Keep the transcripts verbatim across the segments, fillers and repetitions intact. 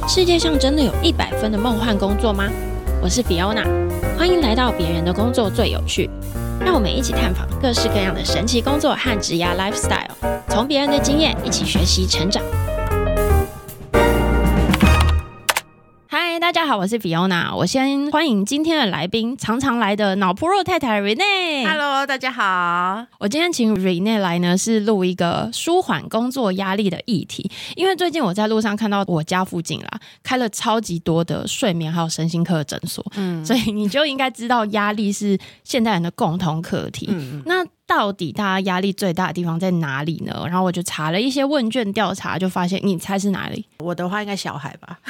世界上真的有一百分的梦幻工作吗？我是 Fiona， 欢迎来到别人的工作最有趣，让我们一起探访各式各样的神奇工作和职涯 lifestyle， 从别人的经验一起学习成长。嗨，大家好，我是 Fiona。我先欢迎今天的来宾，常常来的脑波弱太太 Renee。Hello， 大家好。 我今天请 Renee 来呢，是录一个舒缓工作压力的议题。因为最近我在路上看到我家附近啦，开了超级多的睡眠还有身心科的诊所，嗯，所以你就应该知道压力是现代人的共同课题。嗯，那到底大家压力最大的地方在哪里呢？然后我就查了一些问卷调查，就发现你猜是哪里？ 我的话应该小孩吧。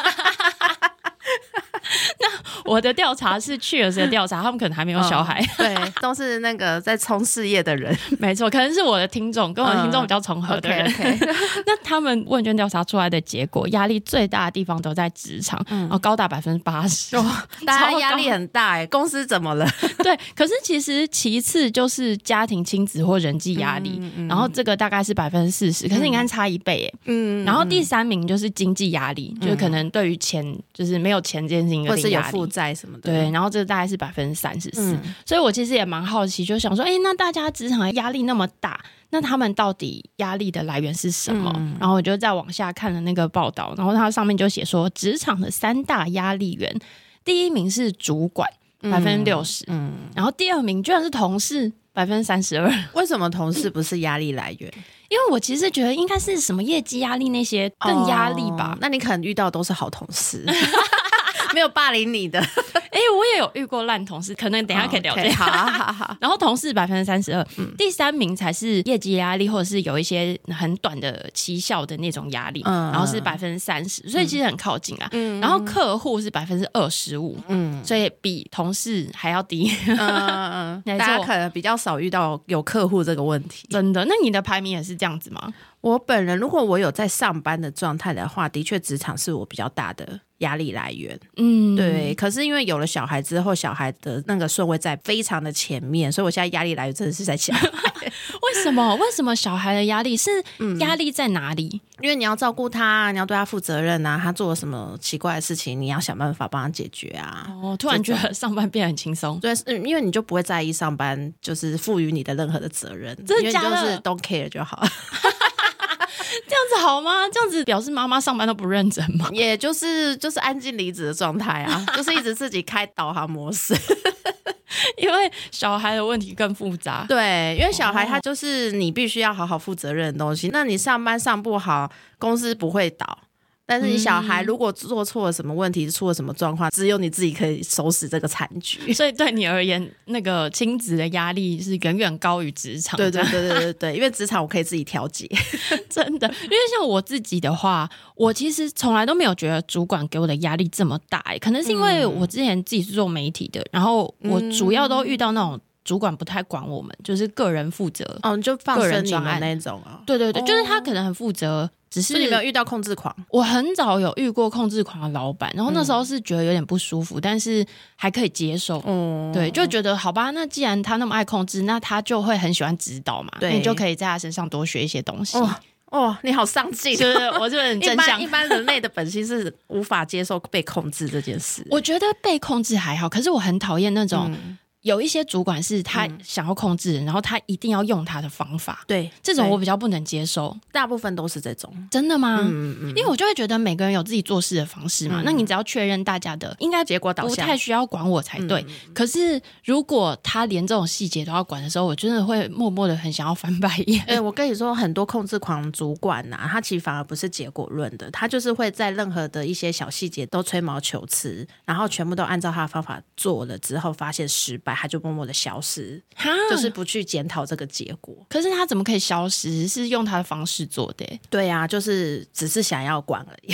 那我的调查是 Cheers 的调查，他们可能还没有小孩， 哦、对，都是那个在冲事业的人， 没错，可能是我的听众，跟我的听众比较重合的人。嗯、okay, okay 那他们问卷调查出来的结果，压力最大的地方都在职场，嗯，然后高达百分之八十， 大家压力很大哎，公司怎么了？ 对，可是其实其次就是家庭、亲子或人际压力，嗯嗯、然后这个大概是百分之四十，可是你看差一倍哎，嗯，然后第三名就是经济压力，嗯、就是可能对于钱，就是没有钱这件事情有点压力， 或是有负债什么的， 对，然后这大概是百分之三十四，所以我其实也蛮好奇，就想说，哎，那大家职场压力那么大，那他们到底压力的来源是什么？嗯、然后我就再往下看了那个报道，然后它上面就写说，职场的三大压力源，第一名是主管，百分之六十，嗯，然后第二名居然是同事，百分之三十二。 为什么同事不是压力来源？ 因为我其实觉得应该是什么业绩压力那些更压力吧。 哦、那你可能遇到都是好同事。没有霸凌你的。 哎、欸，我也有遇过烂同事，可能等一下可以了解。 Oh, okay, 好啊，好好。 然后同事百分之三十二，第三名才是业绩压力，或者是有一些很短的绩效的那种压力，嗯、然后是百分之三十，所以其实很靠近啊。嗯、然后客户是百分之二十五，嗯，所以比同事还要低。嗯嗯嗯，大家可能比较少遇到有客户这个问题。 真的？那你的排名也是这样子吗？ 我本人如果我有在上班的状态的话，的确职场是我比较大的压力来源。嗯，对。可是因为有了小孩之后，小孩的那个顺位在非常的前面，所以我现在压力来源真的是在小孩。 为什么？为什么小孩的压力是压力在哪里？ 嗯、因为你要照顾他，你要对他负责任啊，他做了什么奇怪的事情，你要想办法帮他解决啊。 哦，突然觉得上班变得很轻松。 对，因为你就不会在意上班就是赋予你的任何的责任， 真的假的？ 因为你就是 don't care 就好。 这样子好吗？这样子表示妈妈上班都不认真吗？ 也就是就是安静离职的状态啊，就是一直自己开导航模式。 因为小孩的问题更复杂。 对，因为小孩他就是你必须要好好负责任的东西。哦、那你上班上不好，公司不会倒。但是你小孩如果做错了什么问题，出了什么状况，只有你自己可以收拾这个残局。 所以对你而言，那个亲子的压力是远远高于职场。 对对对对对对，因为职场我可以自己调节。 真的，因为像我自己的话，我其实从来都没有觉得主管给我的压力这么大。可能是因为我之前自己是做媒体的，然后我主要都遇到那种主管不太管我们，就是个人负责， 哦，就放生你们那种啊。 对对对，就是他可能很负责。只是你没有遇到控制狂？ 我很早有遇过控制狂的老板，然后那时候是觉得有点不舒服，嗯、但是还可以接受。嗯，对，就觉得好吧，那既然他那么爱控制，那他就会很喜欢指导嘛，对，你就可以在他身上多学一些东西。 哦，哦你好上进， 就是我就很正向。 一般一般人类的本性是无法接受被控制这件事。 我觉得被控制还好，可是我很讨厌那种。嗯有一些主管是他想要控制人、嗯、然后他一定要用他的方法， 对， 这种我比较不能接受。 大部分都是这种。 真的吗？ 嗯嗯， 因为我就会觉得每个人有自己做事的方式嘛、嗯、那你只要确认大家的应该结果导向， 不太需要管我才对、嗯、可是如果他连这种细节都要管的时候，我真的会默默的很想要翻白眼。 欸、我跟你说很多控制狂主管啊，他其实反而不是结果论的，他就是会在任何的一些小细节都吹毛求疵，然后全部都按照他的方法做了之后发现失败，他就默默的消失，就是不去检讨这个结果。 可是他怎么可以消失？是用他的方式做的。 对啊，就是只是想要管而已。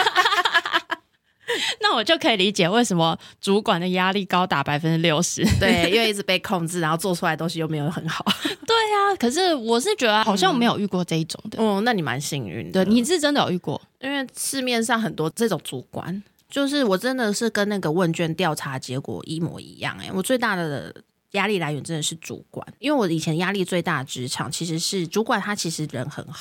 那我就可以理解为什么主管的压力高达百分之六十。 对，因为一直被控制，然后做出来的东西又没有很好。 对啊，可是我是觉得好像没有遇过这一种的。 嗯，那你蛮幸运的。 对，你是真的有遇过？ 因为市面上很多这种主管，就是我真的是跟那个问卷调查结果一模一样。哎，我最大的压力来源真的是主管，因为我以前压力最大的职场其实是主管，他其实人很好。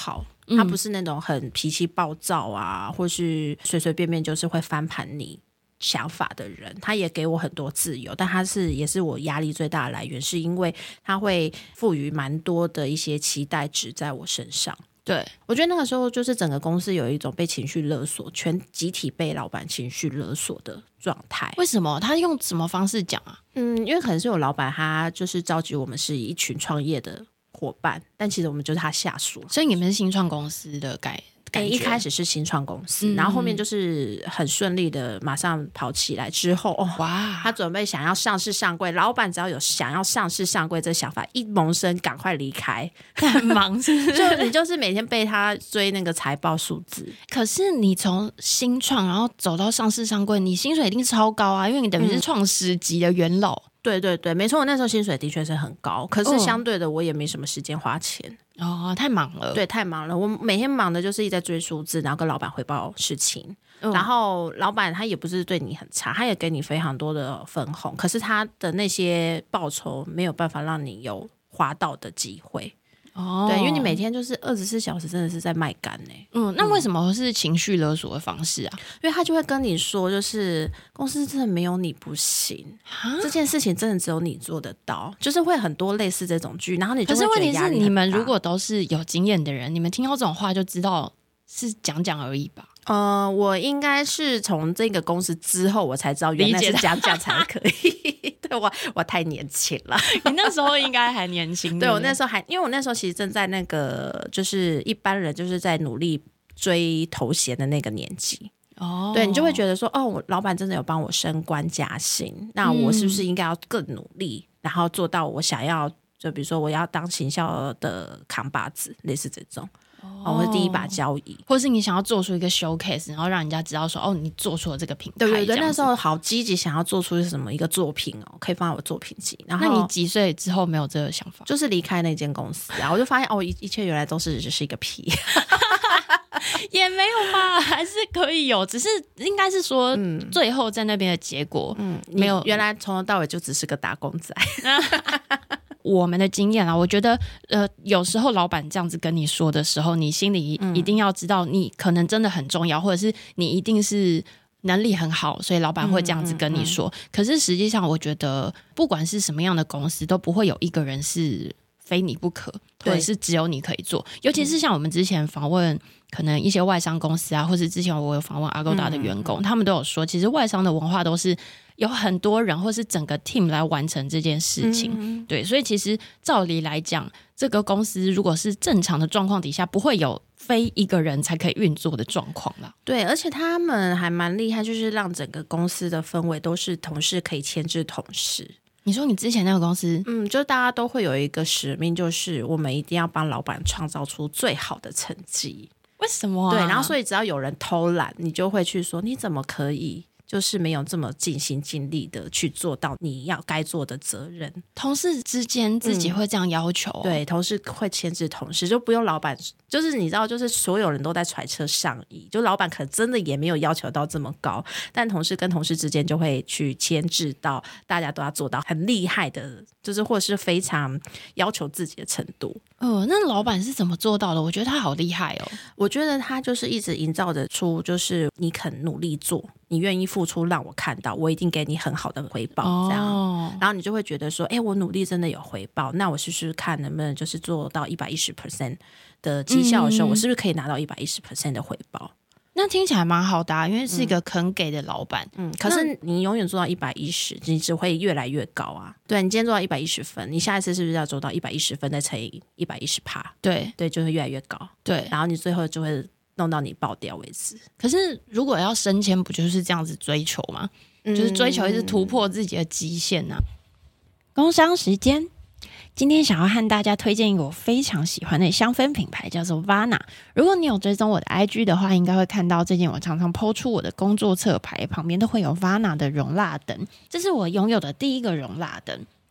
他不是那种很脾气暴躁啊，或是随随便便就是会翻盘你想法的人。他也给我很多自由，但他是也是我压力最大的来源，是因为他会赋予蛮多的一些期待值在我身上。 对， 我觉得那个时候就是整个公司有一种被情绪勒索，全集体被老板情绪勒索的状态。 为什么？他用什么方式讲啊？ 嗯，因为可能是有老板他就是召集我们是一群创业的伙伴，但其实我们就是他下属， 所以你们是新创公司的概感觉、 欸、一开始是新创公司、嗯、然后后面就是很顺利的马上跑起来之后，哦，哇，他准备想要上市上柜，老板只要有想要上市上柜这想法一萌生，赶快离开， 很忙是不是？ 就你就是每天被他追那个财报数字。 可是你从新创然后走到上市上柜，你薪水一定超高啊，因为你等于是创始级的元老、嗯， 对对对，没错，我那时候薪水的确是很高，可是相对的我也没什么时间花钱。 哦，太忙了。 对，太忙了，我每天忙的就是一直在追数字，然后跟老板汇报事情、嗯、然后老板他也不是对你很差，他也给你非常多的分红，可是他的那些报酬没有办法让你有花到的机会。哦，对，因为你每天就是二十四小时真的是在卖干呢、欸。 嗯，那为什么是情绪勒索的方式啊？ 因为他就会跟你说，就是公司真的没有你不行，这件事情真的只有你做得到，就是会很多类似这种剧，然后你就会觉得压力很大。 可是问题是，你们如果都是有经验的人，你们听到这种话就知道是讲讲而已吧？ 呃，我应该是从这个公司之后，我才知道原来是讲讲才可以。对，我我太年轻了， 你那时候应该还年轻。 对，我那时候还，因为我那时候其实正在那个，就是一般人就是在努力追头衔的那个年纪。哦，对，你就会觉得说，哦，我老板真的有帮我升官加薪，那我是不是应该要更努力，嗯、然后做到我想要，就比如说我要当行销的扛把子，类似这种。哦，我是第一把交椅， 或是你想要做出一个 showcase， 然后让人家知道说，哦，你做出了这个品牌。 对对对，那时候好积极，想要做出什么一个作品哦，可以放在我作品集。然后， 那你几岁之后没有这个想法？ 就是离开那间公司，然后我就发现哦，一一切原来都是只是一个屁， 也没有吧，还是可以有，只是应该是说，嗯，最后在那边的结果，嗯，没有， 原来从头到尾就只是个打工仔。 我们的经验啦，我觉得呃，有时候老板这样子跟你说的时候，你心里一定要知道，你可能真的很重要，或者是你一定是能力很好，所以老板会这样子跟你说。嗯嗯嗯、可是实际上，我觉得不管是什么样的公司，都不会有一个人是非你不可，或者是只有你可以做。尤其是像我们之前访问可能一些外商公司啊，或是之前我有访问 Agoda 的员工，嗯嗯嗯他们都有说，其实外商的文化都是有很多人或是整个 team 来完成这件事情。嗯嗯对，所以其实照理来讲，这个公司如果是正常的状况底下，不会有非一个人才可以运作的状况啦。 对，而且他们还蛮厉害，就是让整个公司的氛围都是同事可以牵制同事。 你说你之前那个公司， 嗯，就大家都会有一个使命，就是我们一定要帮老板创造出最好的成绩。 为什么、啊？ 对，然后所以只要有人偷懒，你就会去说你怎么可以就是没有这么尽心尽力的去做到你要该做的责任。 同事之间自己会这样要求、哦嗯、对，同事会牵制同事，就不用老板，就是你知道，就是所有人都在揣测上意，就老板可能真的也没有要求到这么高，但同事跟同事之间就会去牵制到大家都要做到很厉害的，就是或是非常要求自己的程度。 哦，那老板是怎么做到的？我觉得他好厉害哦。 我觉得他就是一直营造得出，就是你肯努力做，你愿意付出让我看到，我一定给你很好的回报，这样、哦、然后你就会觉得说，哎，我努力真的有回报，那我试试看能不能就是做到 百分之一百一十 的绩效的时候、嗯、我是不是可以拿到 百分之一百一十 的回报。 那听起来蛮好的、啊、因为是一个肯给的老板。 嗯，可是你永远做到一百一十，你只会越来越高啊。对，你今天做到一百一十分，你下一次是不是要做到一百一十分再乘以 一百一十%？ 对对，就会越来越高。 对， 然后你最后就会弄到你爆掉为止。 可是如果要升迁，不就是这样子追求吗？嗯、就是追求一直突破自己的极限啊。工商时间，今天想要和大家推荐一个我非常喜欢的香氛品牌，叫做 Vana。 如果你有追踪我的 I G 的话，应该会看到最近我常常 po 出我的工作侧牌旁边都会有 Vana 的容蜡灯，这是我拥有的第一个容蜡灯。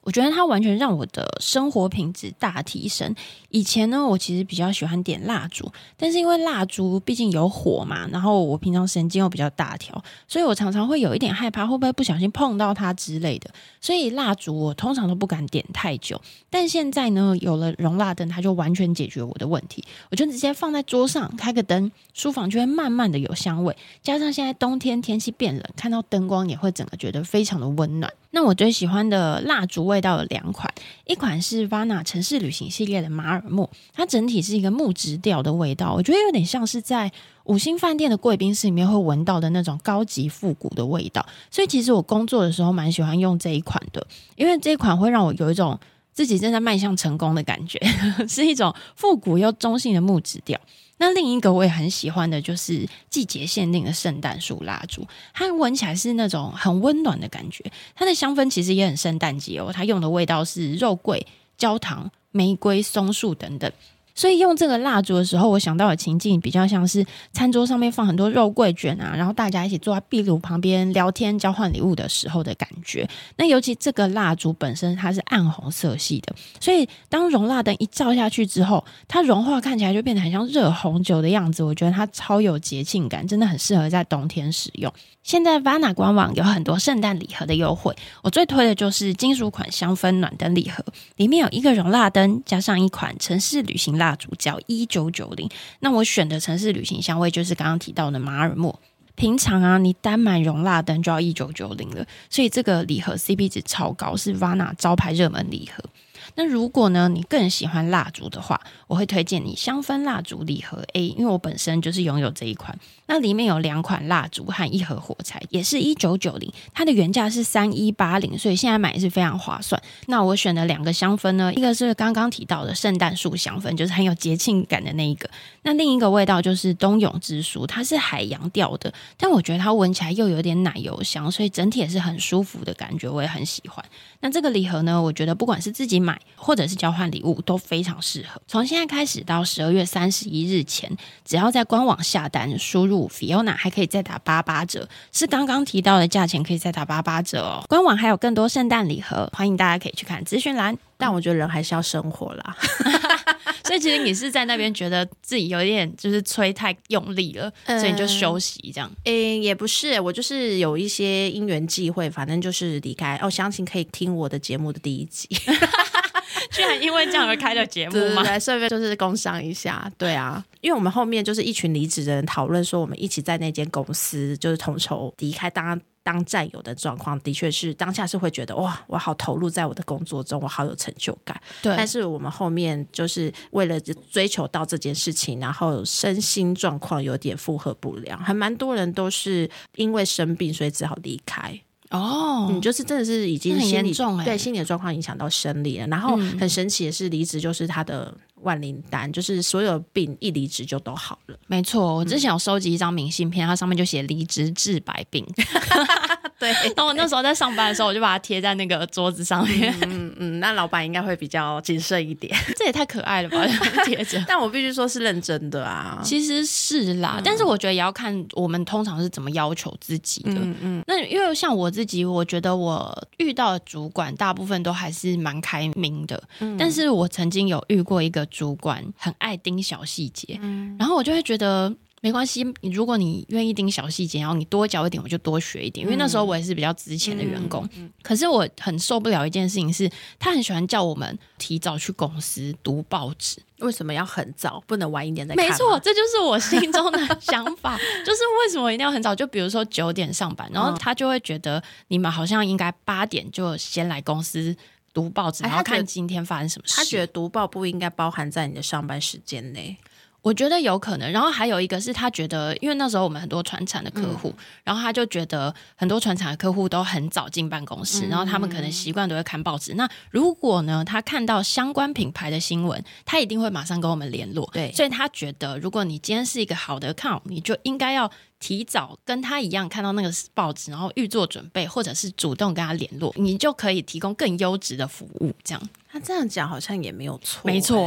我觉得它完全让我的生活品质大提升。以前呢，我其实比较喜欢点蜡烛，但是因为蜡烛毕竟有火嘛，然后我平常神经又比较大条，所以我常常会有一点害怕会不会不小心碰到它之类的，所以蜡烛我通常都不敢点太久。但现在呢，有了容蜡灯，它就完全解决我的问题，我就直接放在桌上开个灯，书房就会慢慢的有香味，加上现在冬天天气变冷，看到灯光也会整个觉得非常的温暖。那我最喜欢的蜡烛味道有两款，一款是 Vana 城市旅行系列的马尔默，它整体是一个木质调的味道，我觉得有点像是在五星饭店的贵宾室里面会闻到的那种高级复古的味道，所以其实我工作的时候蛮喜欢用这一款的，因为这一款会让我有一种自己正在迈向成功的感觉是一种复古又中性的木质调。那另一个我也很喜欢的就是季节限定的圣诞树蜡烛，它闻起来是那种很温暖的感觉，它的香氛其实也很圣诞节哦，它用的味道是肉桂、焦糖、玫瑰、松树等等。所以用这个蜡烛的时候，我想到的情境比较像是餐桌上面放很多肉桂卷啊，然后大家一起坐在壁炉旁边聊天交换礼物的时候的感觉。那尤其这个蜡烛本身它是暗红色系的，所以当熔蜡灯一照下去之后，它融化看起来就变得很像热红酒的样子，我觉得它超有节庆感，真的很适合在冬天使用。现在 Vana 官网有很多圣诞礼盒的优惠，我最推的就是金属款香氛暖灯礼盒，里面有一个熔蜡灯加上一款城市旅行蜡烛，只要一九九零。那我选的城市旅行香味就是刚刚提到的马尔默，平常啊你单买熔蜡灯就要一九九零了，所以这个礼盒 C P 值超高，是 Vana 招牌热门礼盒。那如果呢你更喜欢蜡烛的话，我会推荐你香氛蜡烛礼盒 A， 因为我本身就是拥有这一款。那里面有两款蜡烛和一盒火柴，也是一九九零，它的原价是三一八零，所以现在买是非常划算。那我选的两个香氛呢，一个是刚刚提到的圣诞树香氛，就是很有节庆感的那一个，那另一个味道就是冬永之树，它是海洋调的，但我觉得它闻起来又有点奶油香，所以整体也是很舒服的感觉，我也很喜欢。那这个礼盒呢，我觉得不管是自己买或者是交换礼物都非常适合。从现在开始到十二月三十一日前，只要在官网下单输入 Fiona 还可以再打八八折，是刚刚提到的价钱可以再打八八折哦。官网还有更多圣诞礼盒，欢迎大家可以去看资讯栏。 但我觉得人还是要生活啦所以其实你是在那边觉得自己有点就是吹太用力了、嗯、所以你就休息这样？ 诶，也不是，我就是有一些因缘际会，反正就是离开哦。详情可以听我的节目的第一集居然因为这样而开了节目吗？ 对对，顺便就是工商一下。对啊，因为我们后面就是一群离职的人讨论说，我们一起在那间公司就是统筹离开当当战友的状况，的确是当下是会觉得哇，我好投入在我的工作中，我好有成就感。对，但是我们后面就是为了追求到这件事情，然后身心状况有点负荷不良，还蛮多人都是因为生病所以只好离开。哦，你、嗯、就是真的是已经心理很严重、欸、 对心理的状况影响到生理了。然后很神奇的是，离职就是他的万灵丹，就是所有病一离职就都好了。 没错，我之前有收集一张明信片，它上面就写离职治百病对，然后我那时候在上班的时候，我就把它贴在那个桌子上面。 嗯嗯嗯，那老板应该会比较谨慎一点。 这也太可爱了吧，贴着。 但我必须说是认真的啊。 其实是啦、嗯，但是我觉得也要看我们通常是怎么要求自己的。嗯嗯。那因为像我自己，我觉得我遇到的主管大部分都还是蛮开明的、嗯，但是我曾经有遇过一个主管很爱盯小细节、嗯，然后我就会觉得。没关系，如果你愿意盯小细节，然后你多教一点，我就多学一点。因为那时候我也是比较之前的员工、嗯嗯嗯，可是我很受不了一件事情是，他很喜欢叫我们提早去公司读报纸。 为什么要很早？不能晚一点再看？ 没错，这就是我心中的想法，就是为什么一定要很早？就比如说九点上班，然后他就会觉得你们好像应该八点就先来公司读报纸，然后看今天发生什么事。 他觉得读报不应该包含在你的上班时间内。 我觉得有可能，然后还有一个是他觉得，因为那时候我们很多传产的客户、嗯，然后他就觉得很多传产的客户都很早进办公室、嗯，然后他们可能习惯都会看报纸。那如果呢，他看到相关品牌的新闻，他一定会马上跟我们联络。对，所以他觉得，如果你今天是一个好的 account， 你就应该要提早跟他一样看到那个报纸，然后预做准备，或者是主动跟他联络，你就可以提供更优质的服务。这样， 他这样讲好像也没有错、欸， 没错。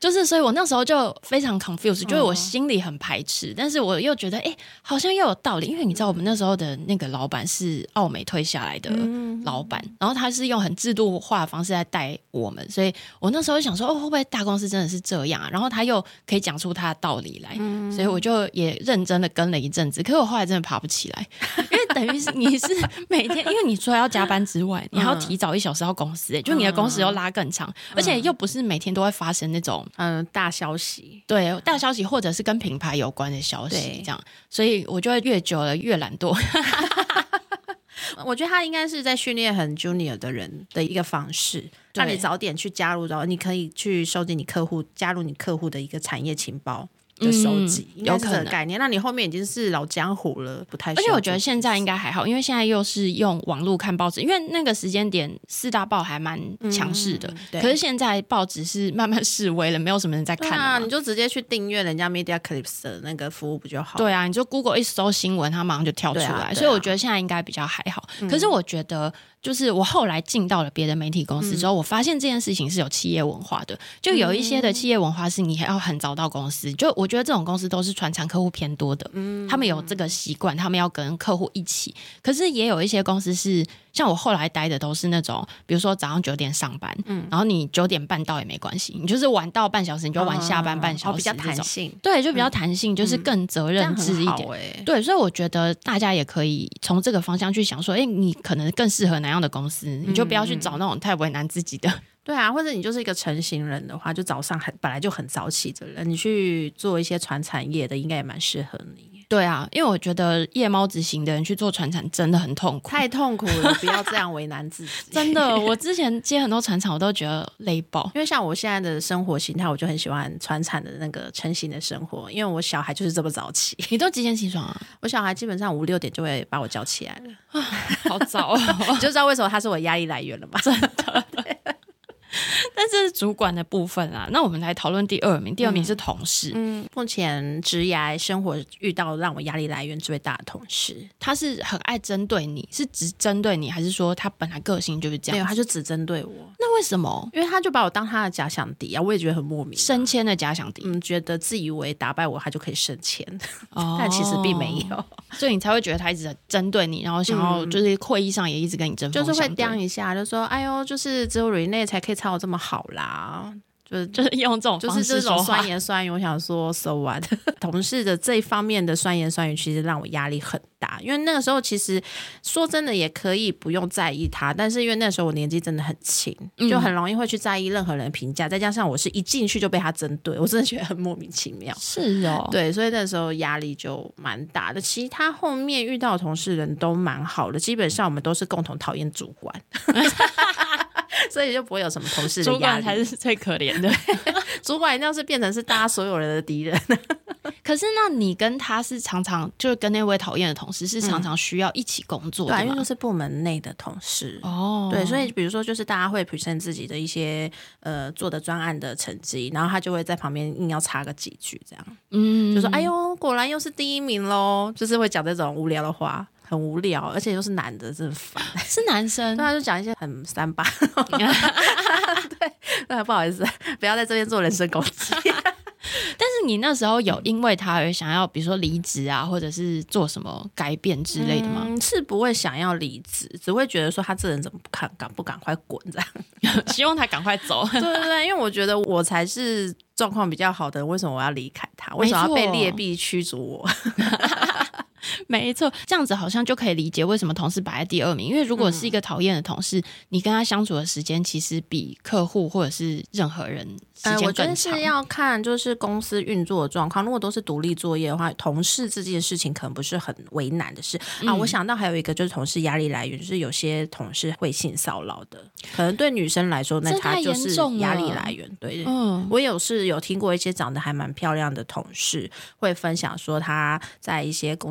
就是所以我那时候就非常 confused， 就是我心里很排斥，但是我又觉得哎、欸，好像又有道理，因为你知道我们那时候的那个老板是奥美退下来的老板、嗯、然后他是用很制度化的方式在带我们，所以我那时候就想说哦，会不会大公司真的是这样啊，然后他又可以讲出他的道理来、嗯、所以我就也认真的跟了一阵子，可是我后来真的爬不起来，因为等于是你是每天因为你除了要加班之外你还要提早一小时到公司、欸、就你的工时又拉更长、嗯、而且又不是每天都会发生那种嗯大消息， 对大消息或者是跟品牌有关的消息这样，所以我就会越久了越懒惰我觉得他应该是在训练很 junior 的人的一个方式，让你早点去加入，然后你可以去收集你客户，加入你客户的一个产业情报的收集、嗯、应该是这个概念，那你后面已经是老江湖了，不太需要。而且我觉得现在应该还好，因为现在又是用网络看报纸，因为那个时间点四大报还蛮强势的、嗯、可是现在报纸是慢慢式微了，没有什么人在看了、 啊、你就直接去订阅人家 Media Clips 的那个服务不就好？ 对啊，你就 Google 一搜新闻它马上就跳出来、啊啊、所以我觉得现在应该比较还好、嗯、可是我觉得就是我后来进到了别的媒体公司之后、嗯、我发现这件事情是有企业文化的，就有一些的企业文化是你还要很早到公司，就我觉得这种公司都是传产客户偏多的、嗯、他们有这个习惯，他们要跟客户一起，可是也有一些公司是像我后来待的都是那种比如说早上九点上班、嗯、然后你九点半到也没关系，你就是晚到半小时你就晚下班半小时、哦、 比较弹性， 对，就比较弹性、嗯、就是更责任制一点、 欸、 对，所以我觉得大家也可以从这个方向去想说，哎，你可能更适合哪样的公司，你就不要去找那种太为难自己的、嗯、 对啊，或者你就是一个成型人的话，就早上很本来就很早起的人，你去做一些传产业的应该也蛮适合你。 对啊，因为我觉得夜猫子型的人去做传产真的很痛苦， 太痛苦了，不要这样为难自己真的，我之前接很多传产我都觉得累爆， 因为像我现在的生活形态我就很喜欢传产的那个成型的生活，因为我小孩就是这么早起。 你都几点起床啊？ 我小孩基本上五六点就会把我叫起来了好早哦你就知道为什么他是我压力来源了吗？ 真的但这是主管的部分啦，那我们来讨论第二名。第二名是同事。 嗯，嗯目前职涯生活遇到让我压力来源最大的同事， 他是很爱针对你，是只针对你，还是说他本来个性就是这样？ 没有，他就只针对我。 那为什么？ 因为他就把我当他的假想敌啊，我也觉得很莫名、啊。 升迁的假想敌， 嗯，觉得自以为打败我，他就可以升迁，哦、但其实并没有， 所以你才会觉得他一直针对你，然后想要就是会议上也一直跟你针锋相对， 就是会刁一下，就说哎呦，就是只有 Renee 才可以操我这么好啦。就是就是用这种方式说话， 就是这种酸言酸语。我想说 so what 同事的这一方面的酸言酸语其实让我压力很大，因为那个时候其实说真的也可以不用在意他，但是因为那时候我年纪真的很轻、嗯、就很容易会去在意任何人的评价，再加上我是一进去就被他针对，我真的觉得很莫名其妙。 是哦， 对，所以那时候压力就蛮大的。其他后面遇到的同事人都蛮好的，基本上我们都是共同讨厌主管所以就不会有什么同事的压力， 主管才是最可怜的主管一定要是变成是大家所有人的敌人可是那你跟他是常常就是跟那位讨厌的同事是常常需要一起工作的吗？ 对，因为就是部门内的同事哦。对，所以比如说就是大家会 present 自己的一些呃做的专案的成绩，然后他就会在旁边硬要插个几句这样，嗯，就说哎呦果然又是第一名咯，就是会讲这种无聊的话，很无聊，而且又是男的，真的烦。 是男生？ 对啊，就讲一些很三八对，对，不好意思，不要在这边做人身攻击但是你那时候有因为他而想要比如说离职啊，或者是做什么改变之类的吗？ 嗯，是不会想要离职，只会觉得说他这人怎么不看赶不赶快滚这样希望他赶快走对对对，因为我觉得我才是状况比较好的人，为什么我要离开他？为什么要被劣币驱逐我没错，这样子好像就可以理解为什么同事摆在第二名，因为如果是一个讨厌的同事、嗯、你跟他相处的时间其实比客户或者是任何人时间更长、呃、我觉得是要看就是公司运作的状况，如果都是独立作业的话，同事这件事情可能不是很为难的事、嗯、啊。我想到还有一个就是同事压力来源，就是有些同事会性骚扰的，可能对女生来说那他就是压力来源。对，嗯，我有是有听过一些长得还蛮漂亮的同事会分享说他在一些公司的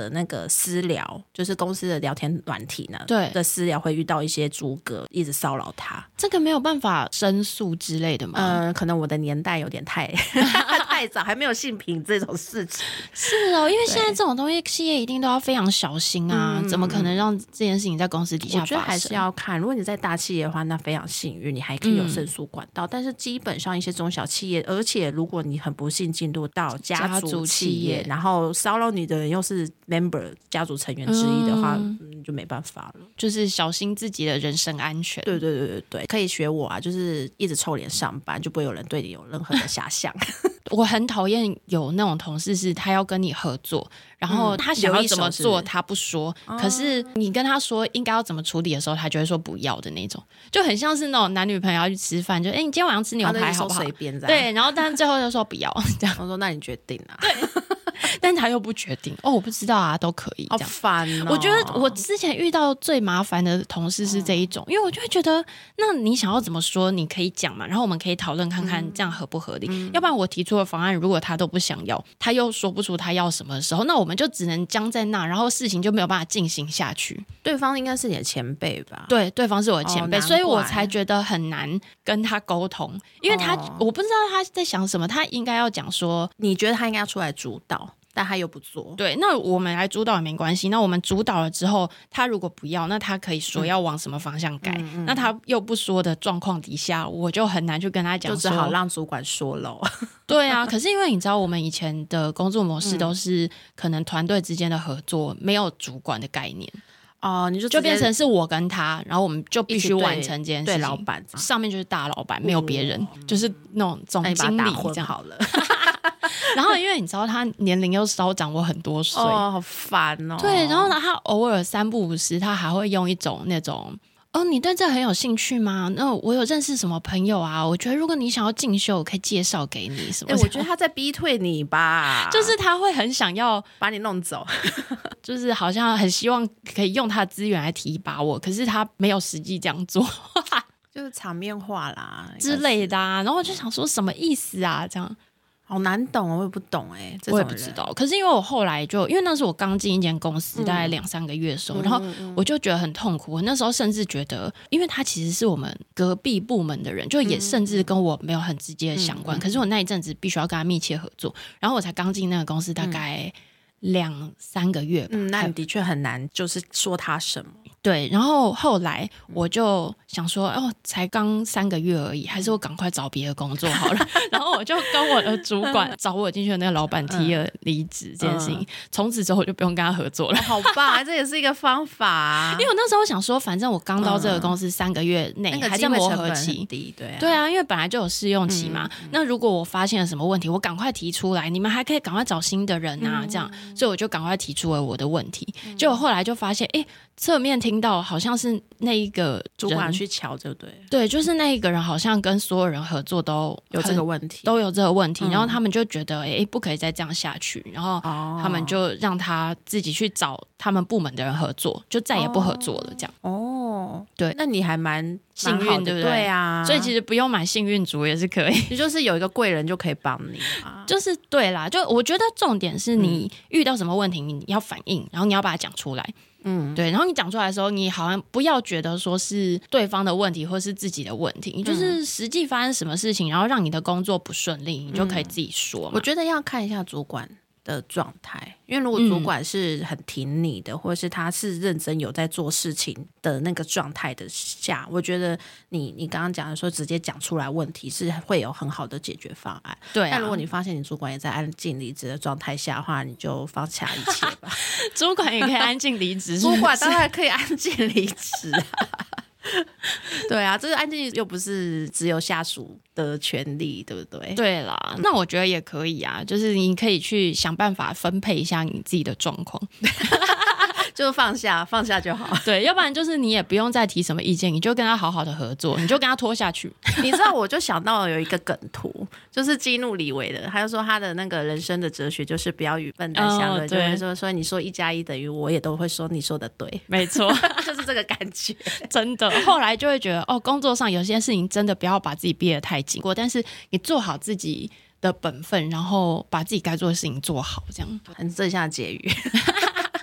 的那个私聊，就是公司的聊天软体呢， 对的私聊会遇到一些逐格一直骚扰他， 这个没有办法申诉之类的吗？ 嗯、呃，可能我的年代有点太太早，还没有性平这种事情。 是哦，因为现在这种东西企业一定都要非常小心啊，怎么可能让这件事情在公司底下发生？ 我觉得还是要看，如果你在大企业的话，那非常幸运，你还可以有申诉管道、嗯、但是基本上一些中小企业，而且如果你很不幸进入到家族企业，然后骚扰你的人又是 member 家族成员之一的话、嗯嗯、就没办法了， 就是小心自己的人身安全。 对对对对对，可以学我啊，就是一直臭脸上班，就不会有人对你有任何的遐想。 我很讨厌有那种同事是他要跟你合作，然后他想要怎么做他不说、嗯、可是你跟他说应该要怎么处理的时候，他就会说不要的那种，就很像是那种男女朋友要去吃饭，就哎、欸，你今天晚上吃牛排好不好？ 随便对，然后但最后就说不要这样。 我说那你决定啊。 对。但他又不决定哦，我不知道啊，都可以这样。 好烦哦！ 我觉得我之前遇到最麻烦的同事是这一种、嗯、因为我就会觉得，那你想要怎么说，你可以讲嘛，然后我们可以讨论看看这样合不合理、嗯、要不然我提出的方案如果他都不想要，他又说不出他要什么的时候，那我们就只能僵在那，然后事情就没有办法进行下去。 对方应该是你的前辈吧？ 对，对方是我的前辈、哦、所以我才觉得很难跟他沟通，因为他、哦、我不知道他在想什么，他应该要讲说， 你觉得他应该要出来主导，但他又不做。 对，那我们来主导也没关系，那我们主导了之后，他如果不要，那他可以说要往什么方向改、嗯嗯、那他又不说的状况底下，我就很难去跟他讲说， 就只好让主管说喽。 对啊，可是因为你知道我们以前的工作模式都是可能团队之间的合作、嗯、没有主管的概念哦，你就就变成是我跟他，然后我们就必须完成这件事情。 对老板上面就是大老板，没有别人、嗯、就是那种总经理这样好了。 然后因为你知道他年龄又稍长我很多岁， 哦，好烦哦。 对，然后呢，他偶尔三不五时，他还会用一种那种，哦，你对这很有兴趣吗？那我有认识什么朋友啊？我觉得如果你想要进修，我可以介绍给你什么。 欸、我觉得他在逼退你吧， 就是他会很想要把你弄走， 就是好像很希望可以用他的资源来提拔我，可是他没有实际这样做。 就是场面话啦之类的啊，然后我就想说什么意思啊？这样好难懂哦，我也不懂哎、欸， 我也不知道。可是因为我后来就因为那时候我刚进一间公司、嗯、大概两三个月的时候、嗯、然后我就觉得很痛苦。我那时候甚至觉得，因为他其实是我们隔壁部门的人，就也甚至跟我没有很直接的相关、嗯、可是我那一阵子必须要跟他密切合作，然后我才刚进那个公司大概两三个月吧。 嗯，那你的确很难就是说他什么。 对，然后后来我就想说，哦，才刚三个月而已，还是我赶快找别的工作好了。然后我就跟我的主管找我进去的那个老板提了离职这件事情，从、嗯、此之后我就不用跟他合作了。 哦、好棒，这也是一个方法、啊。 因为我那时候想说，反正我刚到这个公司三个月内、嗯、还在磨合期， 低对、啊、 对啊，因为本来就有试用期嘛、嗯。那如果我发现了什么问题，我赶快提出来，你们还可以赶快找新的人啊，嗯、这样，所以我就赶快提出了我的问题。嗯、结果后来就发现，哎，侧面听到好像是那一个主管去瞧，就对， 对，就是那一个人好像跟所有人合作都有这个问题， 都有这个问题，嗯、然后他们就觉得，哎，不可以再这样下去，然后他们就让他自己去找他们部门的人合作，就再也不合作了，这样。 哦， 对， 那你还蛮幸运，对不对？ 对啊， 所以其实不用买幸运竹也是可以， 你就是有一个贵人就可以帮你啊。 就是对啦，就我觉得重点是你遇到什么问题，你要反应，然后你要把它讲出来。嗯，对，然后你讲出来的时候，你好像不要觉得说是对方的问题或是自己的问题，你就是实际发生什么事情，然后让你的工作不顺利，你就可以自己说嘛。 我觉得要看一下主管的状态，因为如果主管是很挺你的、嗯、或者是他是认真有在做事情的那个状态的下，我觉得你你刚刚讲的说直接讲出来问题是会有很好的解决方案。 对、啊， 但如果你发现你主管也在安静离职的状态下的话，你就放下一切吧。 主管也可以安静离职， 主管当然可以安静离职啊。对啊，这个安静又不是只有下属的权利，对不对？ 对啦，那我觉得也可以啊，就是你可以去想办法分配一下你自己的状况。 就放下放下就好。 对，要不然就是你也不用再提什么意见，你就跟他好好的合作，你就跟他拖下去。 你知道我就想到有一个梗图，就是激怒李维的，他就说他的那个人生的哲学就是不要与笨蛋相论、哦、就会说说你说一加一等于我也都会说你说的对， 没错。 就是这个感觉。 真的后来就会觉得哦，工作上有些事情真的不要把自己逼得太紧过，但是你做好自己的本分，然后把自己该做的事情做好，这样很正向结语。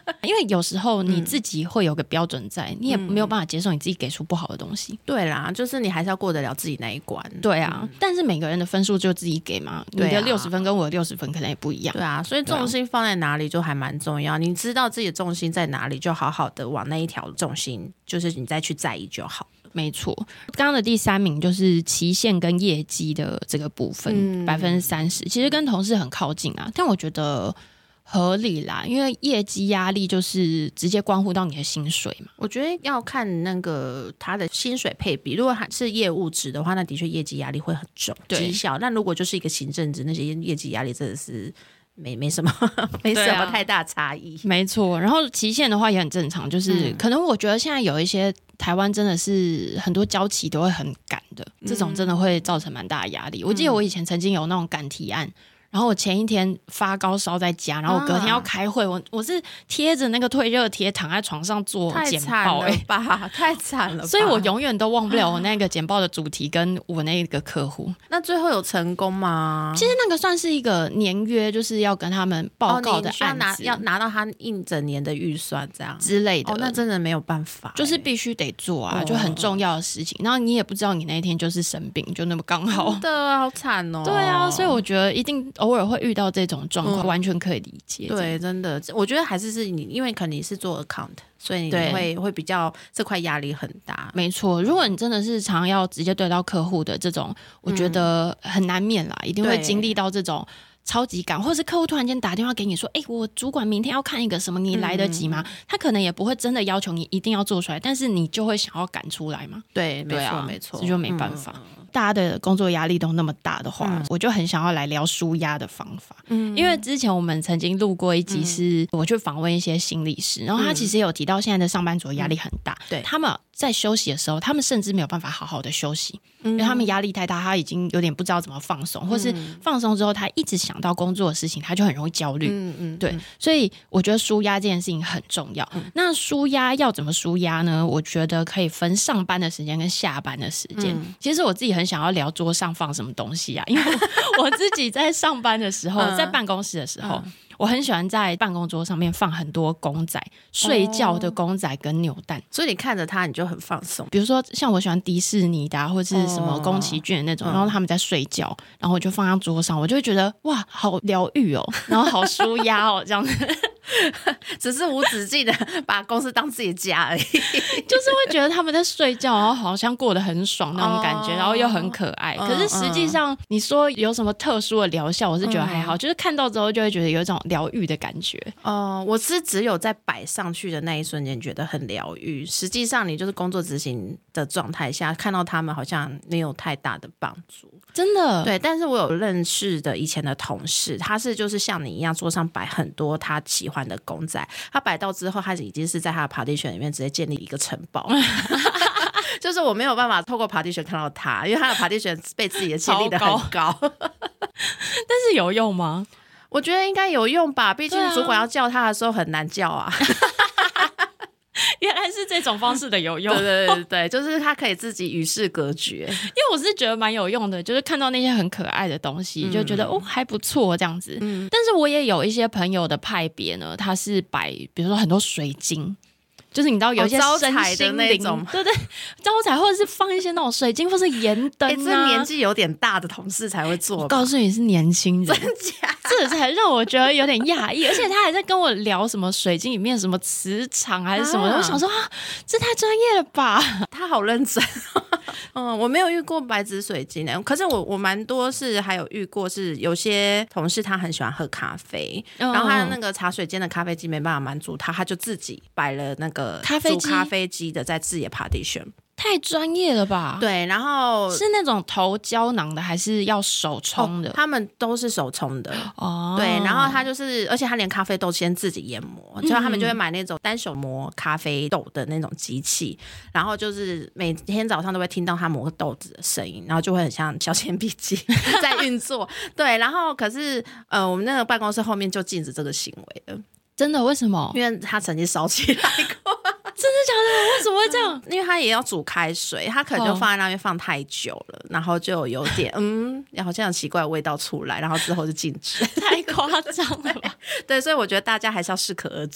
因为有时候你自己会有个标准在、嗯、你也没有办法接受你自己给出不好的东西。 对啦，就是你还是要过得了自己那一关。 对啊、嗯、但是每个人的分数就自己给嘛，你的六十分跟我的六十分可能也不一样。 对啊，所以重心放在哪里就还蛮重要、啊、你知道自己的重心在哪里，就好好的往那一条重心，就是你再去在意就好。 没错，刚刚的第三名就是期限跟业绩的这个部分，百分之三十，其实跟同事很靠近啊，但我觉得合理啦，因为业绩压力就是直接关乎到你的薪水嘛。 我觉得要看那个他的薪水配比，如果还是业务职的话，那的确业绩压力会很重，绩效。那如果就是一个行政职，那些业绩压力真的是没没什么没什么太大差异、啊、 没错。然后期限的话也很正常，就是、嗯、可能我觉得现在有一些台湾真的是很多交期都会很赶的，这种真的会造成蛮大的压力、嗯、我记得我以前曾经有那种赶提案，然后我前一天发高烧在家，然后我隔天要开会、啊、我我是贴着那个退热贴躺在床上做简报、欸、 太惨了吧太惨了吧， 所以我永远都忘不了我那个简报的主题跟我那个客户。 那最后有成功吗？ 其实那个算是一个年约，就是要跟他们报告的案子、哦、 要拿要拿到他一整年的预算这样之类的、哦、 那真的没有办法、欸、 就是必须得做啊、哦、就很重要的事情，然后你也不知道你那一天就是生病，就那么刚好。 真的好惨哦。 对啊，所以我觉得一定偶尔会遇到这种状况、嗯、完全可以理解。 对，真的我觉得还是是你，因为可能你是做 account， 所以你会会比较这块压力很大。 没错，如果你真的是常要直接对到客户的这种，我觉得很难免啦、嗯、一定会经历到这种超级赶，或者是客户突然间打电话给你说，哎、欸，我主管明天要看一个什么，你来得及吗、嗯、他可能也不会真的要求你一定要做出来，但是你就会想要赶出来嘛。 对，没错、啊、没错， 这就没办法、嗯、大家的工作压力都那么大的话、嗯、我就很想要来聊抒压的方法、嗯、因为之前我们曾经录过一集是我去访问一些心理师、嗯、然后他其实有提到现在的上班族压力很大、嗯、对，他们在休息的时候他们甚至没有办法好好的休息、嗯、因为他们压力太大，他已经有点不知道怎么放松、嗯、或是放松之后他一直想到工作的事情，他就很容易焦虑。嗯嗯，对，所以我觉得抒压这件事情很重要、嗯、那抒压要怎么抒压呢？我觉得可以分上班的时间跟下班的时间、嗯、其实我自己很想要聊桌上放什么东西啊，因为 我, 我自己在上班的时候、嗯、在办公室的时候、嗯，我很喜欢在办公桌上面放很多公仔，睡觉的公仔跟扭蛋、哦、 所以你看着它你就很放松。 比如说像我喜欢迪士尼的、啊、或者是什么宫崎骏的那种、哦、然后他们在睡觉，然后我就放在桌上，我就会觉得哇好疗愈哦，然后好舒压哦这样子只是无止境的把公司当自己的家而已就是会觉得他们在睡觉，然后好像过得很爽那种感觉、哦、然后又很可爱、嗯、可是实际上你说有什么特殊的疗效，我是觉得还好、嗯、就是看到之后就会觉得有一种疗愈的感觉。 哦、呃，我是只有在摆上去的那一瞬间觉得很疗愈，实际上你就是工作执行的状态下看到他们好像没有太大的帮助， 真的。 对，但是我有认识的以前的同事，他是就是像你一样桌上摆很多他喜欢的公仔，他摆到之后他已经是在他的 partition 里面直接建立一个城堡就是我没有办法透过 partition 看到他，因为他的 partition 被自己的建立的很高但是有用吗？ 我觉得应该有用吧，毕竟主管要叫他的时候很难叫啊原来是这种方式的有用。 对对对对，就是他可以自己与世隔绝。因为我是觉得蛮有用的，就是看到那些很可爱的东西、嗯、就觉得哦还不错这样子、嗯、但是我也有一些朋友的派别呢，他是摆比如说很多水晶，就是你知道有一些身心灵、哦、对对，招财或者是放一些那种水晶或是盐灯啊、欸、 这年纪有点大的同事才会做。 我告诉你是年轻人， 真假？ 这才让我觉得有点讶异而且他还在跟我聊什么水晶里面什么磁场还是什么、啊、我想说啊，这太专业了吧。 他好认真嗯，我没有遇过白纸水晶的，可是我我蛮多是还有遇过是有些同事他很喜欢喝咖啡、嗯、然后他的那个茶水间的咖啡机没办法满足他，他就自己摆了那个煮咖啡机的在自己的 partition。 太专业了吧。 对，然后是那种投胶囊的还是要手冲的、 哦、他们都是手冲的哦。对，然后他就是而且他连咖啡豆先自己研磨，就、嗯、他们就会买那种单手磨咖啡豆的那种机器，然后就是每天早上都会听到他磨豆子的声音，然后就会很像小铅笔机在运作对，然后可是呃，我们那个办公室后面就禁止这个行为了。 真的？为什么？ 因为他曾经烧起来过真的假的？为什么会这样？ 因为他也要煮开水，他可能就放在那边放太久了、哦、然后就有点嗯，好像有奇怪的味道出来，然后之后就禁止。 太夸张了吧。 对，所以我觉得大家还是要适可而止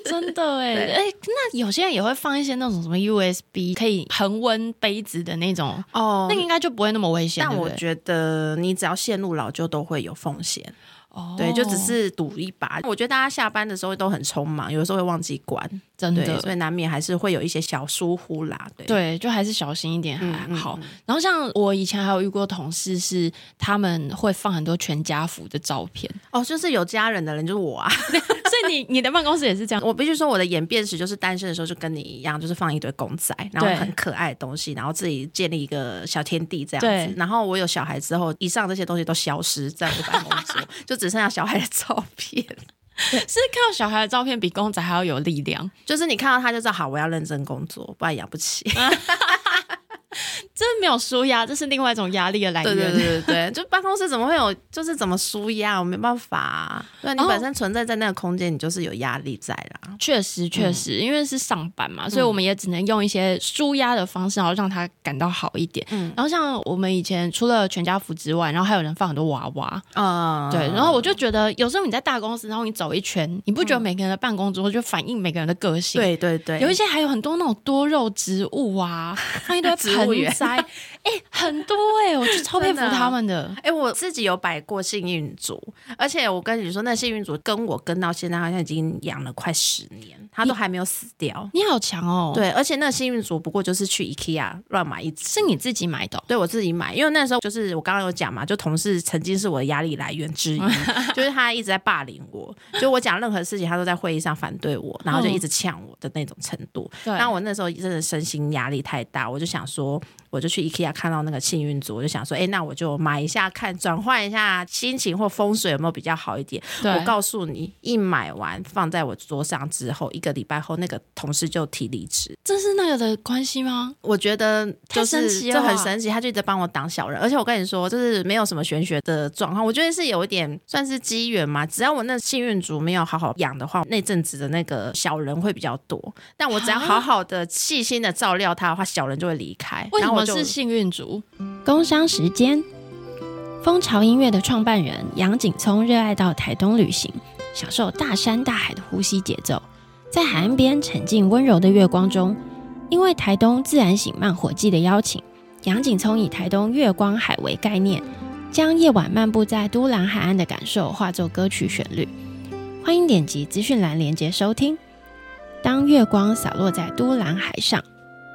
真的哎哎，那有些人也会放一些那种什么 U S B 可以恒温杯子的那种哦，那个应该就不会那么危险。 但我觉得你只要线路老旧都会有风险。哦，对，就只是赌一把。我觉得大家下班的时候都很匆忙，有的时候会忘记关， 真的， 所以难免还是会有一些小疏忽啦。对， 对，就还是小心一点还好。嗯嗯嗯，然后像我以前还有遇过同事是他们会放很多全家福的照片。 哦，就是有家人的人就是我啊。 所以你你的办公室也是这样？ 我必须说我的演变史就是单身的时候就跟你一样，就是放一堆公仔，然后很可爱的东西，然后自己建立一个小天地这样子。然后我有小孩之后，以上这些东西都消失在我的办公桌，就只剩下小孩的照片。 是看到小孩的照片比公仔还要有力量， 就是你看到他就知道好，我要认真工作，不然养不起。 真的没有抒压，这是另外一种压力的来源。 对对对对，就办公室怎么会有，就是怎么抒压，我没办法、啊。对，你本身存在在那个空间，你就是有压力在啦。 确实确实、嗯，因为是上班嘛，所以我们也只能用一些抒压的方式，然后让他感到好一点。嗯，然后像我们以前除了全家福之外，然后还有人放很多娃娃啊、嗯，对。然后我就觉得，有时候你在大公司，然后你走一圈，你不觉得每个人的办公桌就反映每个人的个性？ 对对对， 有一些还有很多那种多肉植物啊，放一堆盆栽。哎、欸，很多哎、欸，我就超佩服他们的。 哎、欸，我自己有摆过幸运竹，而且我跟你说，那幸运竹跟我跟到现在好像已经养了快十年，它都还没有死掉。 你好强哦！ 对，而且那个幸运竹不过就是去 IKEA 乱买一只， 是你自己买的、哦？ 对，我自己买，因为那时候就是我刚刚有讲嘛，就同事曾经是我的压力来源之一，就是他一直在霸凌我，就我讲任何事情，他都在会议上反对我，然后就一直呛我的那种程度。对、嗯，然后我那时候真的身心压力太大，我就想说。我就去 IKEA 看到那个幸运竹，我就想说，哎、欸，那我就买一下看，转换一下心情或风水有没有比较好一点。我告诉你，一买完放在我桌上之后，一个礼拜后，那个同事就提离职。 这是那个的关系吗？ 我觉得就是这很神奇，他就一直帮我挡小人。而且我跟你说，就是没有什么玄学的状况，我觉得是有一点算是机缘嘛。只要我那幸运竹没有好好养的话，那阵子的那个小人会比较多。但我只要好好的细心的照料它的话，小人就会离开。 为什么是幸运竹？工商时间。蜂巢音乐的创办人杨景聪热爱到台东旅行，享受大山大海的呼吸节奏，在海岸边沉浸温柔的月光中。因为台东自然醒慢火季的邀请，杨景聪以台东月光海为概念，将夜晚漫步在都兰海岸的感受化作歌曲旋律。欢迎点击资讯栏连结收听。当月光洒落在都兰海上。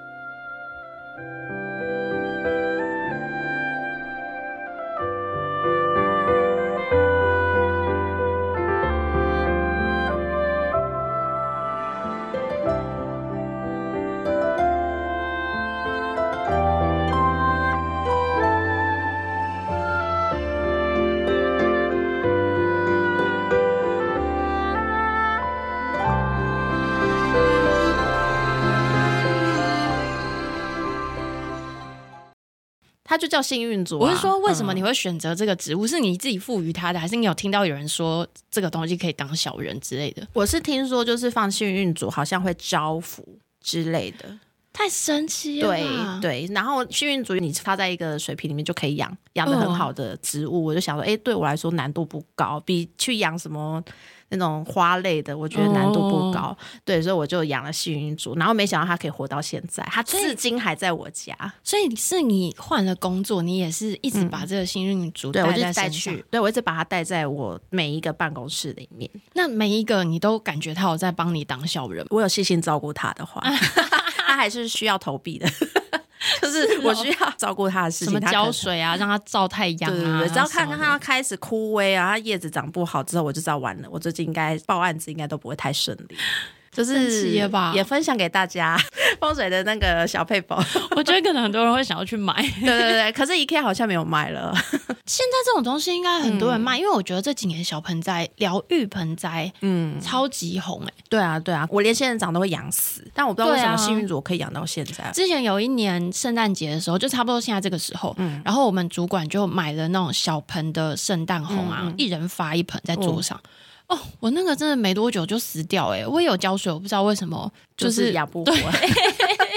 它就叫幸运竹、啊。 我是说，为什么你会选择这个植物？嗯、是你自己赋予它的，还是你有听到有人说这个东西可以当小人之类的？ 我是听说，就是放幸运竹好像会招福之类的。 太神奇了吧！ 对对，然后幸运竹你插在一个水瓶里面就可以养，养得很好的植物。哦、我就想说，哎、欸，对我来说难度不高，比去养什么那种花类的，我觉得难度不高。哦、对，所以我就养了幸运竹，然后没想到它可以活到现在，它至今还在我家。 所以是你换了工作，你也是一直把这个幸运竹带在身上、嗯、对，我就带去， 对我一直把它带在我每一个办公室里面。 那每一个你都感觉它有在帮你当小人？ 我有细心照顾它的话。他还是需要投币的，就是我需要照顾他的事情， 什么浇水啊，让他照太阳啊， 对对对，只要看看他开始枯萎啊，他叶子长不好之后，我就知道完了，我最近应该报案子应该都不会太顺利。就是也分享给大家风水的那个小配宝， 我觉得可能很多人会想要去买。 对对对，可是 IKEA 好像没有卖了。 现在这种东西应该很多人卖、嗯、因为我觉得这几年小盆栽疗愈盆栽嗯超级红哎、欸。 对啊对啊，我连仙人掌都会养死，但我不知道为什么幸运竹可以养到现在、啊、 之前有一年圣诞节的时候，就差不多现在这个时候、嗯、然后我们主管就买了那种小盆的圣诞红啊、嗯嗯、一人发一盆在桌上、嗯哦，我那个真的没多久就死掉哎、欸！我也有浇水，我不知道为什么， 就是养、就是、不活。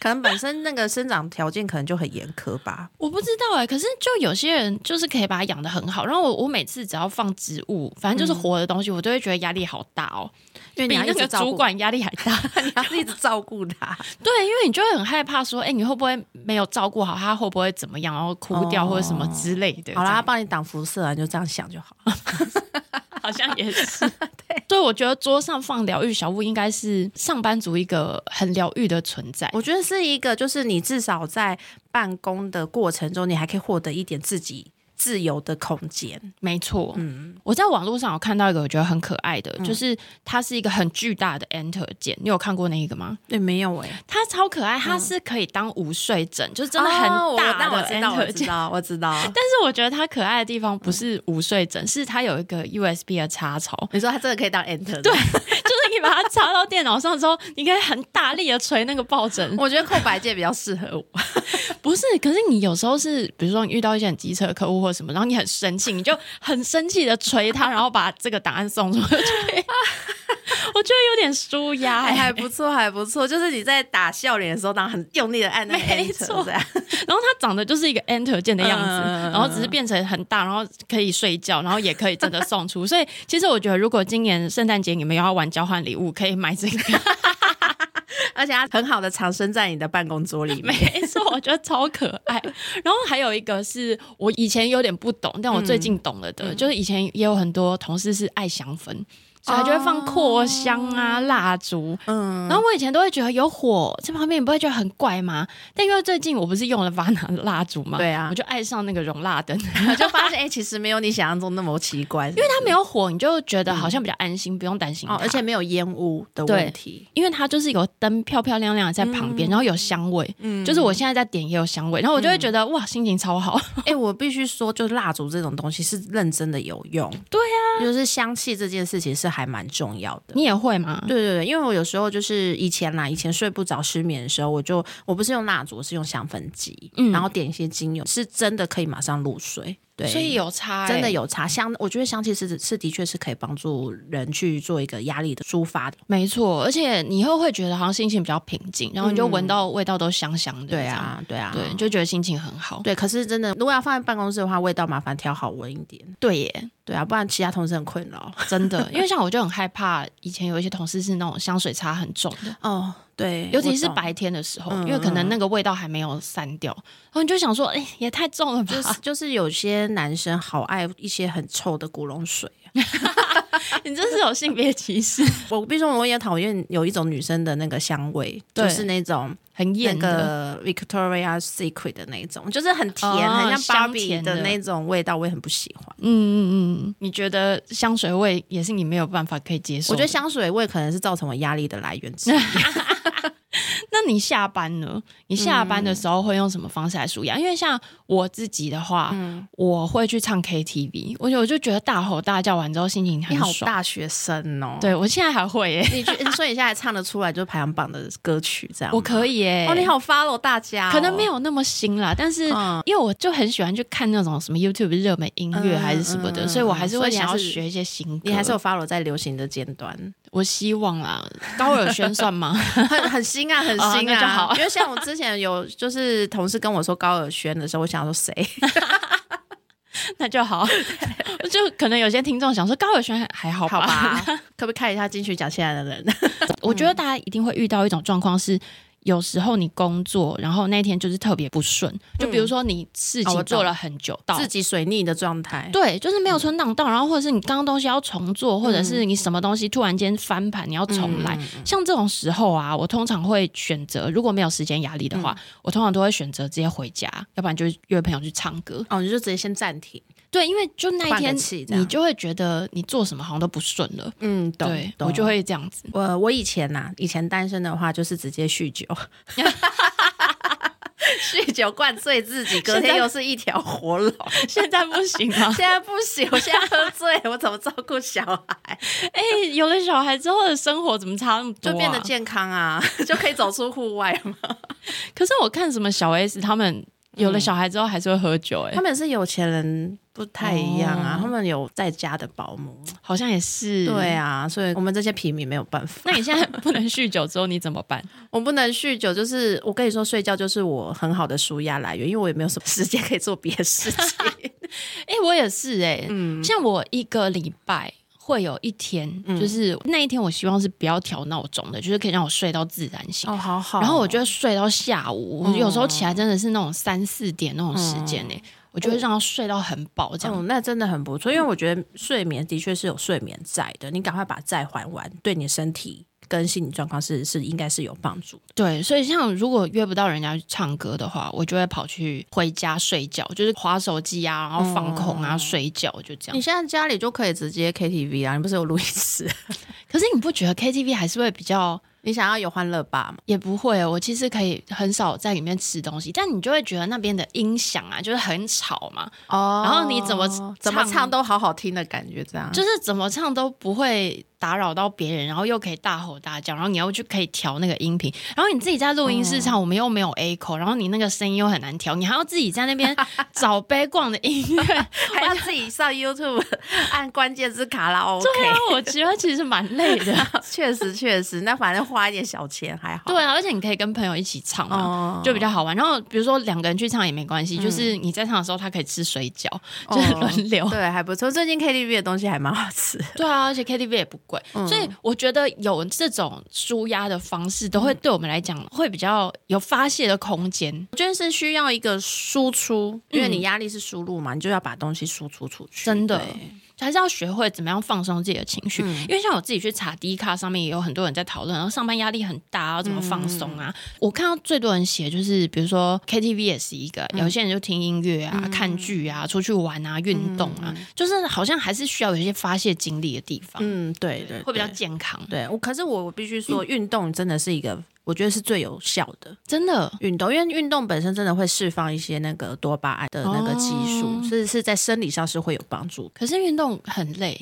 可能本身那个生长条件可能就很严苛吧。 我不知道哎、欸，可是就有些人就是可以把它养得很好，然后我我每次只要放植物，反正就是活的东西，嗯、我都会觉得压力好大哦， 因为你要比那个主管压力还大， 你要一直照顾它。 对，因为你就会很害怕说，哎、欸，你会不会没有照顾好它，会不会怎么样，然后枯掉或者什么之类的。 哦、好啦，他帮你挡辐射啊，你就这样想就好。 好像也是，对，所以我觉得桌上放疗愈小物应该是上班族一个很疗愈的存在。 我觉得是一个，就是你至少在办公的过程中，你还可以获得一点自己自由的空间。 没错，嗯，我在网络上有看到一个我觉得很可爱的，嗯、就是它是一个很巨大的 Enter 键，你有看过那一个吗？ 对，没有哎、欸， 它超可爱，它是可以当午睡枕，嗯、就是真的很大的 Enter 键、 哦，我知道，我知道。 但是我觉得它可爱的地方不是午睡枕，嗯、是它有一个 U S B 的插槽。 你说它真的可以当 Enter 的？ 对，就是你把它插到电脑上之后，你可以很大力的捶那个抱枕。 我觉得空白键比较适合我。 不是，可是你有时候是，比如说你遇到一些很机车的客户或什么，然后你很生气，你就很生气的捶他，然后把这个档案送出去。我觉得有点舒压、欸欸，还不错，还不错。就是你在打笑脸的时候，然后很用力的按那个 Enter， 这样。 然后它长得就是一个 Enter 键的样子，嗯、然后只是变成很大，然后可以睡觉，然后也可以真的送出。所以其实我觉得，如果今年圣诞节你们要玩交换礼物，可以买这个。 而且它很好的藏身在你的办公桌里面， 没错，我觉得超可爱。然后还有一个是我以前有点不懂，但我最近懂了的，嗯、就是以前也有很多同事是爱香氛。所以他就会放扩香啊、蜡烛，嗯，然后我以前都会觉得有火在旁边，你不会觉得很怪吗？但因为最近我不是用了 Vana 的蜡烛嘛， 对啊， 我就爱上那个容蜡灯， 我就发现哎、欸，其实没有你想象中那么奇怪， 因为它没有火，你就觉得好像比较安心，嗯、不用担心它、 哦，而且没有烟雾的问题， 因为它就是有灯漂漂亮亮的在旁边，嗯、然后有香味，嗯，就是我现在在点也有香味，然后我就会觉得、嗯、哇，心情超好。 哎、欸，我必须说，就是蜡烛这种东西是认真的有用， 对啊， 就是香气这件事情是还蛮重要的。 你也会吗？ 对对对，因为我有时候就是以前啦，以前睡不着失眠的时候，我就我不是用蜡烛，我是用香氛机，嗯，然后点一些精油，是真的可以马上入睡。对， 所以有差、欸， 真的有差。香，我觉得香气是是的确是可以帮助人去做一个压力的抒发的。 没错，而且你以后会觉得好像心情比较平静，然后你就闻到味道都香香的、嗯。 对啊，对啊， 对，就觉得心情很好。 对，可是真的，如果要放在办公室的话，味道麻烦挑好闻一点。 对耶， 对啊，不然其他同事很困扰。 真的，因为像我就很害怕，以前有一些同事是那种香水擦很重的哦。对， 尤其是白天的时候，因为可能那个味道还没有散掉，然后你就想说，哎、欸，也太重了吧？ 就是就是有些男生好爱一些很臭的古龙水、啊， 你这是有性别歧视。 我必须说，我也讨厌有一种女生的那个香味，就是那种很艳的那个 Victoria Secret 的那种，就是很甜，哦、很像 Barbie 的那种味道，我也很不喜欢。 嗯嗯嗯，你觉得香水味也是你没有办法可以接受？ 我觉得香水味可能是造成我压力的来源之一。 那你下班呢？你下班的时候会用什么方式来抒压？嗯、因为像我自己的话，嗯、我会去唱 K T V， 我我就觉得大吼大叫完之后心情很爽。 你好大学生哦！ 对，我现在还会耶。 你去，所以你现在唱得出来就是排行榜的歌曲这样？ 我可以耶。 哦，你好 follow 大家、哦， 可能没有那么新啦，但是、嗯、因为我就很喜欢去看那种什么 YouTube 热门音乐还是什么的，嗯嗯、所以我还是会想要学一些新歌。 你还是有 follow 在流行的尖端？ 我希望啦。高尔宣算吗？ 很很新啊，很新啊， 哦、那就好。 因为像我之前有就是同事跟我说高尔宣的时候，我想说谁？ 那就好。就可能有些听众想说高尔宣还好吧？ 好吧，可不可以看一下金曲奖现在的人？ 我觉得大家一定会遇到一种状况是。有时候你工作，然后那天就是特别不顺，就比如说你事情做了很久，到、 嗯哦、自己水逆的状态， 对，就是没有存档到，然后或者是你刚刚东西要重做，或者是你什么东西突然间翻盘，你要重来、嗯。像这种时候啊，我通常会选择，如果没有时间压力的话、嗯，我通常都会选择直接回家，要不然就约朋友去唱歌。 哦，你就直接先暂停。 对，因为就那一天你就会觉得你做什么好像都不顺了。嗯，懂。对，我就会这样子。 我我以前呐、啊，以前单身的话就是直接酗酒。酗酒灌醉自己，隔天又是一条活龙。 现在不行吗？ 现在不行，我现在喝醉，我怎么照顾小孩？ 哎、欸，有了小孩之后的生活怎么差那么多、啊？ 就变得健康啊，就可以走出户外嘛。 可是我看什么小 S 他们。 有了小孩之后还是会喝酒、欸， 他们是有钱人不太一样啊，哦、他们有在家的保姆， 好像也是。 对啊，所以我们这些平民没有办法。 那你现在不能酗酒之后你怎么办？ 我不能酗酒，就是我跟你说，睡觉就是我很好的抒压来源，因为我也没有什么时间可以做别的事情。 哎、欸，我也是哎、欸嗯，像我一个礼拜会有一天、嗯，就是那一天我希望是不要调闹钟的，就是可以让我睡到自然醒。 哦，好好。 然后我就会睡到下午，嗯、我有时候起来真的是那种三四点那种时间呢、欸。嗯，我就会让他睡到很饱，这样、 哦、那真的很不错。因为我觉得睡眠的确是有睡眠债的，你赶快把债还完，对你的身体跟心理状况是是应该是有帮助的。 对，所以像如果约不到人家去唱歌的话，我就会跑去回家睡觉，就是滑手机啊，然后放空啊、嗯、睡觉，就这样。 你现在家里就可以直接 K T V 啊，你不是有录音室？ 可是你不觉得 K T V 还是会比较？ 你想要有欢乐吧吗？ 也不会，我其实可以很少在里面吃东西，但你就会觉得那边的音响啊，就是很吵嘛。哦，然后你怎么怎么唱都好好听的感觉，这样就是怎么唱都不会打扰到别人，然后又可以大吼大叫，然后你又去可以调那个音频，然后你自己在录音室唱，我们又没有 A 口，然后你那个声音又很难调，你还要自己在那边找悲逛的音乐， 还要自己上 YouTube 按关键字卡拉 OK。 对啊，我觉得其实蛮累的。 确实确实，那反正花一点小钱还好。 对啊，而且你可以跟朋友一起唱嘛，哦、就比较好玩。然后比如说两个人去唱也没关系、嗯，就是你在唱的时候，他可以吃水饺，哦、就是轮流。 对，还不错。最近 K T V 的东西还蛮好吃。 对啊，而且 K T V 也不贵、嗯，所以我觉得有这种抒压的方式，都会对我们来讲会比较有发泄的空间。 我觉得是需要一个输出，因为你压力是输入嘛，嗯、你就要把东西输出出去。 真的。还是要学会怎么样放松自己的情绪、嗯，因为像我自己去查 D 卡上面也有很多人在讨论，然后上班压力很大，要怎么放松啊、嗯？我看到最多人写就是，比如说 K T V 也是一个，嗯、有些人就听音乐啊、嗯、看剧啊、出去玩啊、运动啊、嗯，就是好像还是需要有一些发泄精力的地方。嗯，对 对, 对，会比较健康。 对，我可是我必须说，运动真的是一个。我觉得是最有效的， 真的运动，因为运动本身真的会释放一些那个多巴胺的那个激素，哦、是是在生理上是会有帮助。 可是运动很累，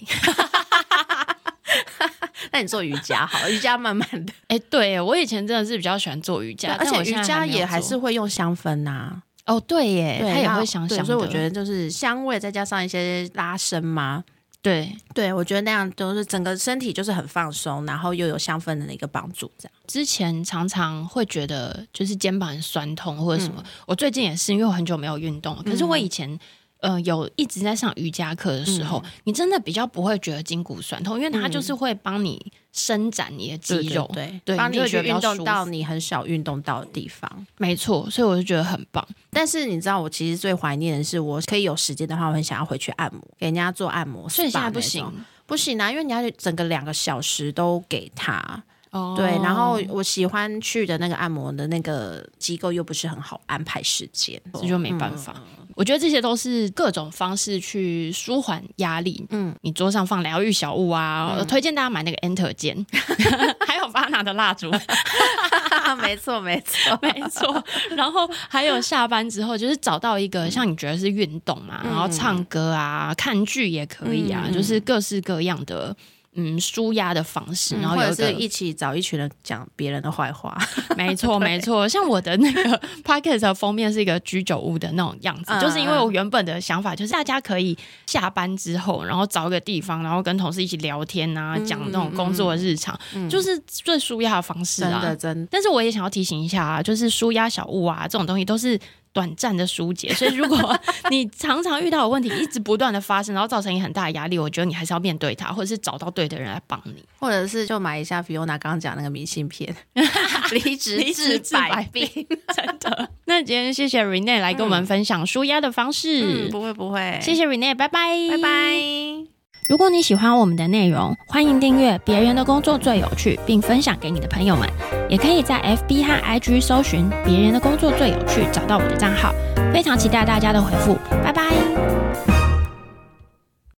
那你做瑜伽好了，瑜伽慢慢的。 哎、欸，对，我以前真的是比较喜欢做瑜伽， 而且瑜伽也还是会用香氛啊。 哦，对耶，对，它也会香香的， 所以我觉得就是香味再加上一些拉伸嘛。 对对，我觉得那样都是整个身体就是很放松，然后又有香氛的一个帮助。这样之前常常会觉得就是肩膀很酸痛或者什么、嗯，我最近也是因为我很久没有运动了，可是我以前。呃，有一直在上瑜伽课的时候、嗯，你真的比较不会觉得筋骨酸痛，因为它就是会帮你伸展你的肌肉， 对对，帮你去运动到你很少运动到的地方。 没错，所以我就觉得很棒。 但是你知道，我其实最怀念的是，我可以有时间的话，我很想要回去按摩，给人家做按摩。 所以现在不行， 不行啊，因为你要整个两个小时都给他。Oh. 对，然后我喜欢去的那个按摩的那个机构又不是很好安排时间， 这就没办法、嗯、我觉得这些都是各种方式去舒缓压力。嗯，你桌上放疗愈小物啊、嗯、我推荐大家买那个 Enter 键还有巴拿的蜡烛没错没错没错，然后还有下班之后就是找到一个、嗯、像你觉得是运动嘛、嗯、然后唱歌啊看剧也可以啊、嗯、就是各式各样的嗯，舒压的方式，然后有一个、 嗯、或者是一起找一群人讲别人的坏话， 没错没错。像我的那个 podcast 的封面是一个居酒屋的那种样子、嗯，就是因为我原本的想法就是大家可以下班之后，然后找一个地方，然后跟同事一起聊天啊，讲、嗯、那种工作的日常，嗯、就是最舒压的方式啊， 真的真的。 但是我也想要提醒一下啊，就是舒压小物啊，这种东西都是短暂的疏解，所以如果你常常遇到的问题一直不断的发生，然后造成你很大的压力，我觉得你还是要面对它，或者是找到对的人来帮你， 或者是就买一下 Fiona 刚刚讲那个明信片离职治百病真的。那今天谢谢 Renee 来跟我们分享舒压的方式、 嗯、不会不会， 谢谢 Renee， 拜拜拜拜。 如果你喜欢我们的内容，欢迎订阅别人的工作最有趣，并分享给你的朋友们，也可以在 F B 和 I G 搜寻别人的工作最有趣，找到我的账号。非常期待大家的回复，拜拜。